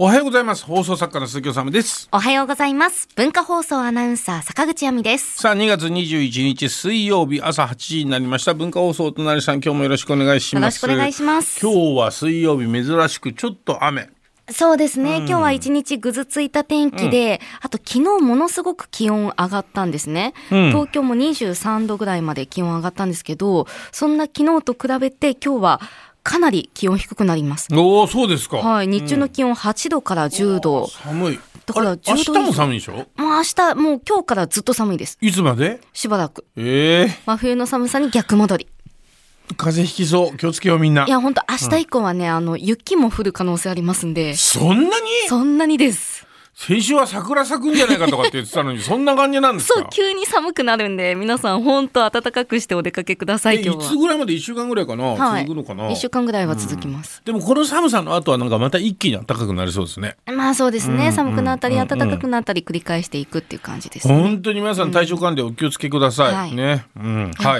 おはようございます。放送作家の鈴木治です。 おはようございます。文化放送アナウンサー坂口亜美です。 さあ2月21日水曜日朝8時になりました。文化放送隣さん、今日もよろしくお願いします。 よろしくお願いします。 今日は水曜日珍しくちょっと雨。 そうですね、今日は一日ぐずついた天気で、あと昨日ものすごく気温上がったんですね、東京も23度ぐらいまで気温上がったんですけど、そんな昨日と比べて今日はかなり気温低くなります。 おー、そうですか。 はい、日中の気温8度から10度、 寒い。 だから10度明日も寒いでしょ。 もう明日、もう今日からずっと寒いです。 いつまで？ しばらく。 真冬の寒さに逆戻り。 風邪ひきそう。気をつけようみんな。 いや本当明日以降はね、雪も降る可能性ありますんで。 そんなに？ そんなにです。 先週は桜咲くんじゃないかとかって言ってたのにそんな感じなんですか？ そう、急に寒くなるんで皆さん本当暖かくしてお出かけください。今日は。 いつぐらいまで？1週間ぐらいかな、 はい、 続くのかな。 1週間ぐらいは続きます、 でもこの寒さの後はなんかまた一気に暖かくなりそうですね。 まあそうですね、寒くなったり暖かくなったり繰り返していくっていう感じですね。 本当に皆さん体調管理お気をつけください、ね、はい、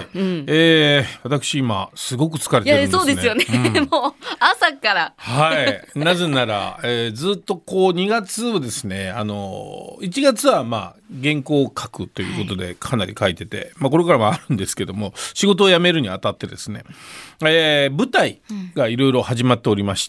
私今すごく疲れてるんですね。 そうですよね、もう朝からはいなぜなら、ずっとこう2月をですね、1月はまあ原稿を書くということでかなり書いてて、これからもあるんですけども、仕事を辞めるにあたってですね、舞台がいろいろ始まっておりまして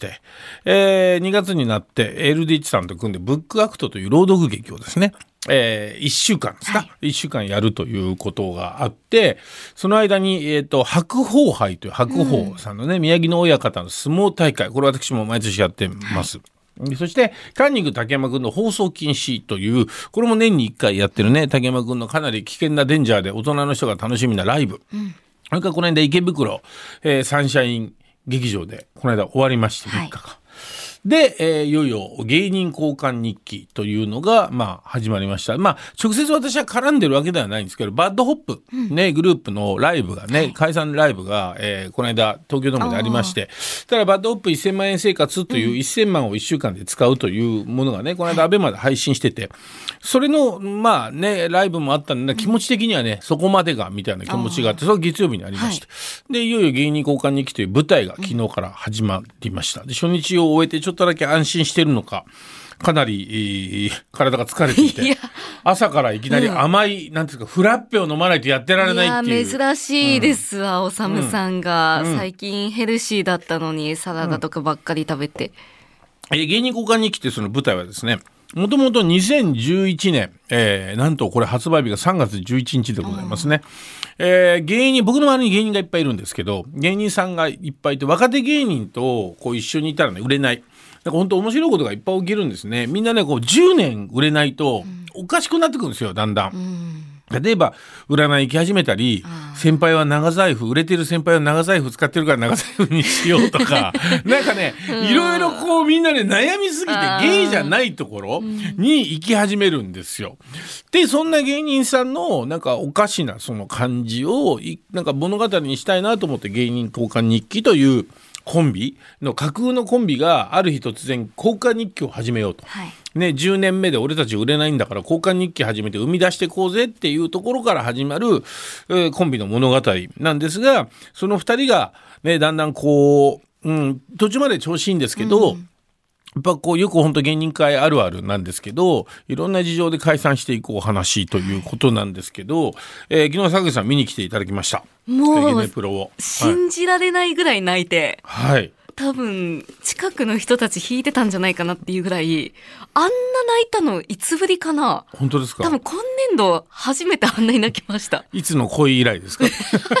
、2月になって LDH さんと組んでブックアクトという朗読劇をですね、1週間ですか、1週間やるということがあって、その間に、白鵬杯という白鵬さんのね、宮城野親方の相撲大会、これ私も毎年やってます、そしてカンニング竹山君の放送禁止という、これも年に1回やってるね、竹山君のかなり危険なデンジャーで大人の人が楽しみなライブ、それからこの間池袋、サンシャイン劇場でこの間終わりまして3日間、で、いよいよ芸人交換日記というのが、始まりました。直接私は絡んでるわけではないんですけど、バッドホップ、グループのライブがね、解散ライブが、この間東京ドームでありまして、ただバッドホップ1000万円生活という1000万を1週間で使うというものがね、この間アベマで配信してて、それのライブもあったんで、気持ち的にはね、そこまでがみたいな気持ちがあって、それが月曜日にありまして、でいよいよ芸人交換日記という舞台が昨日から始まりました。で初日を終えてちょっとだけ安心してるのか、かなり、体が疲れていて、朝からいきなり甘い、なんていうかフラッペを飲まないとやってられないっていう。 珍しいですわ、おさむさんが、最近ヘルシーだったのにサラダとかばっかり食べて、 芸人交換日記ってその舞台はですね、もともと2011年、なんとこれ発売日が3月11日でございますね。僕の周りに芸人がいっぱいいるんですけど、芸人さんがいっぱいいて、若手芸人とこう一緒にいたらね、売れない。なんか本当面白いことがいっぱい起きるんですね。みんなね、こう10年売れないとおかしくなってくるんですよ、だんだん。例えば占い行き始めたり、先輩は長財布、売れてる先輩は長財布使ってるから長財布にしようとかなんかね、いろいろこうみんなね悩みすぎて芸じゃないところに行き始めるんですよ。でそんな芸人さんのなんかおかしなその感じをなんか物語にしたいなと思って、芸人交換日記というコンビの架空のコンビがある日突然交換日記を始めようと、10年目で俺たち売れないんだから交換日記始めて生み出していこうぜっていうところから始まる、コンビの物語なんですが、その2人が、だんだんこう、途中まで調子いいんですけど、やっぱこうよく本当芸人会あるあるなんですけど、いろんな事情で解散していくお話ということなんですけど、昨日坂口さん見に来ていただきました。 もうプロを信じられないぐらい泣いて、多分近くの人たち引いてたんじゃないかなっていうぐらい、あんな泣いたのいつぶりかな。 本当ですか？ 多分今年度初めてあんなに泣きました。 いつの恋以来ですか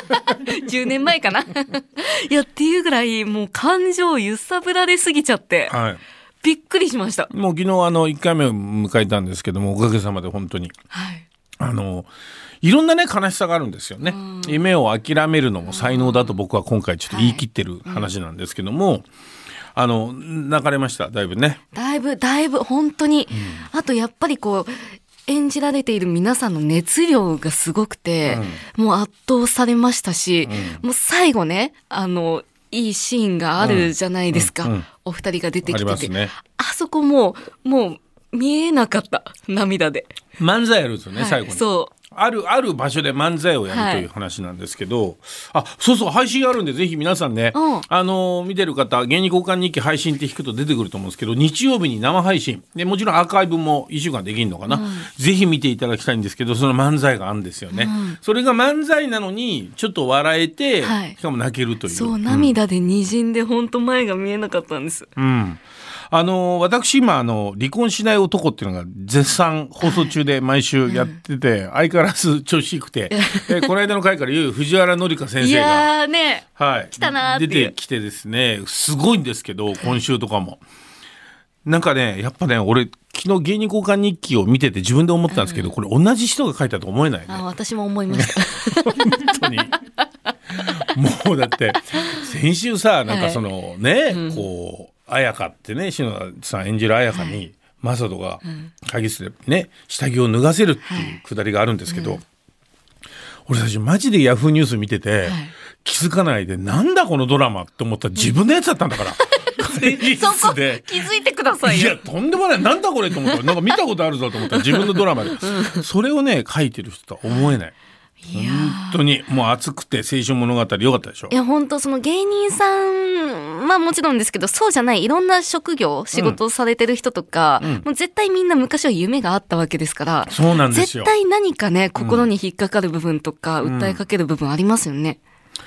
10年前かないやっていうぐらい、もう感情揺さぶられすぎちゃって、びっくりしました。 もう昨日1回目を迎えたんですけども、おかげさまで本当に、いろんなね悲しさがあるんですよね。夢を諦めるのも才能だと僕は今回ちょっと言い切ってる話なんですけども、泣かれました。だいぶね、 だいぶ本当に、あとやっぱりこう演じられている皆さんの熱量がすごくて、もう圧倒されましたし、もう最後ね、いいシーンがあるじゃないですか、お二人が出てきてて、あそこもう見えなかった、涙で。 漫才やるんですよね、最後に。 そうある場所で漫才をやるという話なんですけど、そうそう、配信あるんでぜひ皆さんね、見てる方、芸人交換日記配信って引くと出てくると思うんですけど、日曜日に生配信で、もちろんアーカイブも1週間できるのかな、ぜひ見ていただきたいんですけど、その漫才があるんですよね、それが漫才なのにちょっと笑えて、しかも泣けるという、 そう、涙で滲んで本当前が見えなかったんです。 私今離婚しない男っていうのが絶賛放送中で毎週やってて、相変わらず調子いいくて、この間の回から言う藤原紀香先生が来たな出てきてですね、すごいんですけど、今週とかもなんかね、やっぱね、俺昨日芸人交換日記を見てて自分で思ったんですけど、これ同じ人が書いたと思えないね。 私も思いました本当にもうだって先週さ、なんかそのね、こう綾香ってね、篠田さん演じる綾香に雅人が会議室でね、下着を脱がせるっていうくだりがあるんですけど、俺最初マジでヤフーニュース見てて、気づかないで、なんだこのドラマって思ったら自分のやつだったんだから会議室で気づいてくださいよ。 いや、とんでもない、なんだこれと思ったら、なんか見たことあるぞと思ったら自分のドラマでそれをね書いてる人とは思えない。本当にもう熱くて青春物語良かったでしょ。 いや本当、その芸人さんはもちろんですけど、そうじゃないいろんな職業仕事をされてる人とか、もう絶対みんな昔は夢があったわけですから、 そうなんですよ。 絶対何かね、心に引っかかる部分とか、訴えかける部分ありますよね。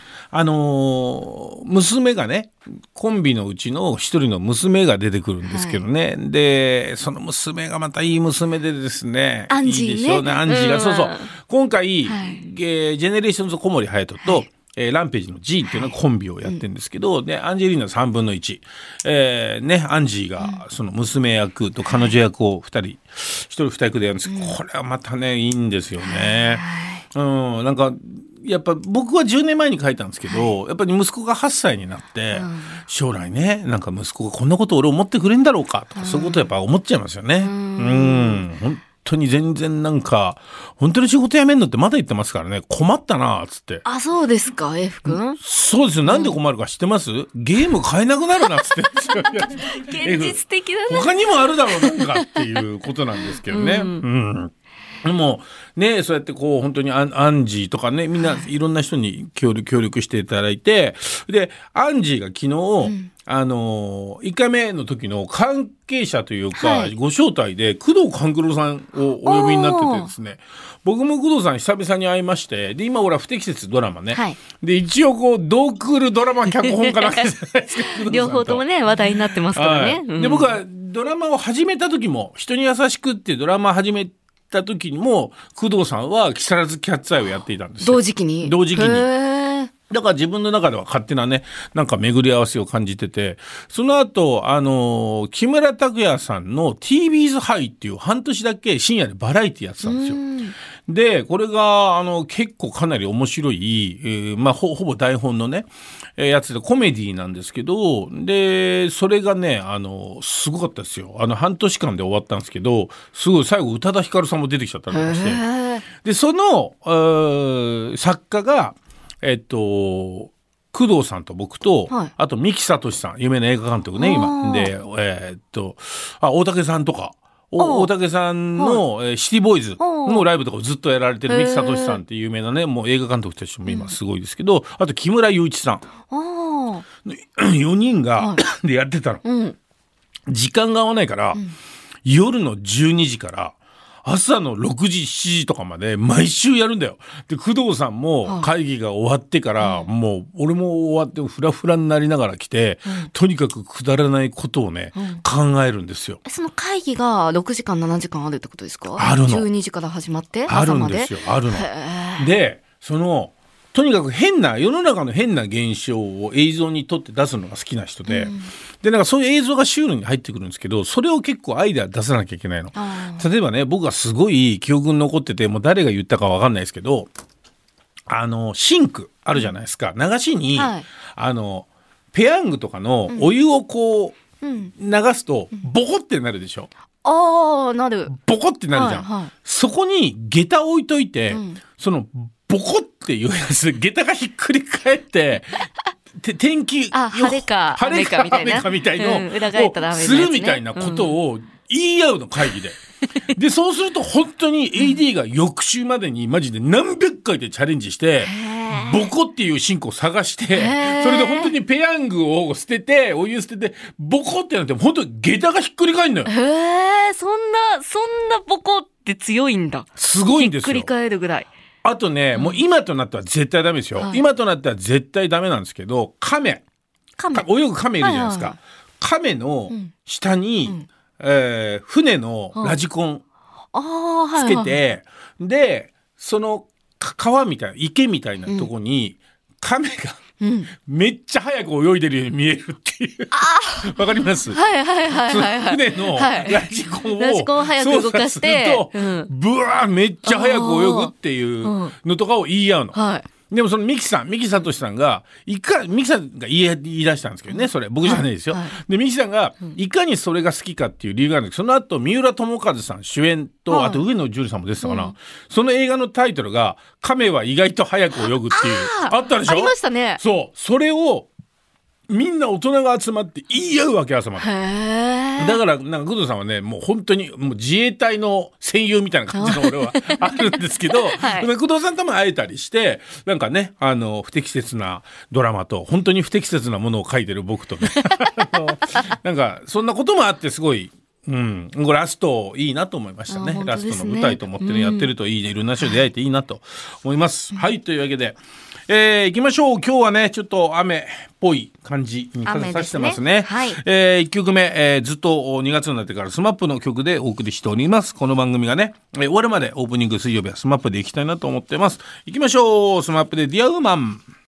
娘がね、コンビのうちの一人の娘が出てくるんですけどね、でその娘がまたいい娘でですね、 アンジーね、 いいでしょうね、アンジーが、そうそう、今回、ジェネレーションズ小森隼人と、ランページの G っていうのはコンビをやってるんですけど、でアンジェリーナ3分の1、アンジーがその娘役と彼女役を1人2役でやるんですけど、これはまたねいいんですよね。なんかやっぱ僕は10年前に書いたんですけど、やっぱり息子が8歳になって、将来ね、なんか息子がこんなことを俺思ってくれんだろうかとか、そういうことやっぱ思っちゃいますよね。本当に全然なんか本当に仕事辞めんのってまだ言ってますからね、困ったなっつって。 そうですか、F 君。 そうですよ。なんで困るか知ってます？ゲーム買えなくなるなっつって現実的だね。 他にもあるだろうなんかっていうことなんですけどね。でもね、そうやってこう本当にアンジーとかね、みんないろんな人に協力していただいて、でアンジーが昨日、1回目の時の関係者というか、ご招待で工藤官九郎さんをお呼びになっててですね、僕も工藤さん久々に会いまして、で今俺は不適切ドラマね、で一応こうどうクールドラマ脚本家なわけじゃないですか両方ともね話題になってますからね。 で僕はドラマを始めた時も、人に優しくっていうドラマを始めた時にも工藤さんは木更津キャッツアイをやっていたんですよ。 同時期にだから自分の中では勝手なね、なんか巡り合わせを感じてて、その後木村拓哉さんの TV's ハイっていう半年だけ深夜でバラエティやってたんですよ。でこれが結構かなり面白い、ほぼ台本のね、やつでコメディなんですけど、でそれがねすごかったですよ。半年間で終わったんですけど、すごい最後宇多田ヒカルさんも出てきちゃったりとかして、でその作家が工藤さんと僕と、あと三木聡さん、有名な映画監督ね今で、大竹さんとか、大竹さんの、シティボーイズのライブとかをずっとやられてる三木聡さんっていう有名なね、もう映画監督としても今すごいですけど、あと木村祐一さん、4人がでやってたの、時間が合わないから、夜の12時から朝の6時7時とかまで毎週やるんだよ。で工藤さんも会議が終わってから、もう俺も終わってフラフラになりながら来て、とにかくくだらないことをね、考えるんですよ。 その会議が6時間7時間あるってことですか？ あるの。 12時から始まって朝まで。 あるんですよ。あるの。でとにかく世の中の変な現象を映像に撮って出すのが好きな人で、でなんかそういう映像がシュールに入ってくるんですけど、それを結構アイデア出さなきゃいけないの。例えばね、僕がすごい記憶に残ってて、もう誰が言ったか分かんないですけど、シンクあるじゃないですか、流しに、ペヤングとかのお湯をこう、流すとボコってなるでしょ。 なる。 ボコってなるじゃん、そこに下駄置いといて、そのボコっていうやつで下駄がひっくり返って天気晴れか雨かみたいなのをするみたいなことを言い合うの、会議で。 でそうすると本当に AD が翌週までにマジで何百回でチャレンジしてボコっていうシンクを探してそれで本当にペヤングを捨ててお湯捨ててボコってなって本当に下駄がひっくり返るのよ。 そんなボコって強いんだ。 すごいんですよ。 ひっくり返るぐらい。 あとね、もう今となっては絶対ダメですよ、今となっては絶対ダメなんですけど泳ぐ亀いるじゃないですか、亀の下に、船のラジコンつけて、でその川みたいな池みたいなとこに、亀がめっちゃ早く泳いでるように見えるっていうわかります？船のラジコンを早く動かしてブワーめっちゃ早く泳ぐっていうのとかを言い合うの。でもその三木聡さんが三木さんが言い出したんですけどね、それ僕じゃないですよ、で三木さんがいかにそれが好きかっていう理由があるんですけど、その後三浦友和さん主演と、あと上野樹里さんも出てたかな、その映画のタイトルが亀は意外と早く泳ぐっていうあったでしょ。 ありましたね。 それをみんな大人が集まって言い合うわけ、朝まで。だからなんか工藤さんはね、もう本当にもう自衛隊の戦友みたいな感じの俺はあるんですけど、工藤さんとも会えたりしてなんかね、不適切なドラマと本当に不適切なものを書いてる僕とねなんかそんなこともあってすごい、ラストいいなと思いましたね。ラストの舞台と思ってね、やってるといいね、いろんな人に出会えていいなと思います。はい、というわけで行きましょう。今日はねちょっと雨っぽい感じに傘さしてますね。1曲目、ずっと2月になってからスマップの曲でお送りしております。この番組がね、終わるまでオープニング水曜日はスマップでいきたいなと思ってます。行きましょう。スマップでディアウーマン。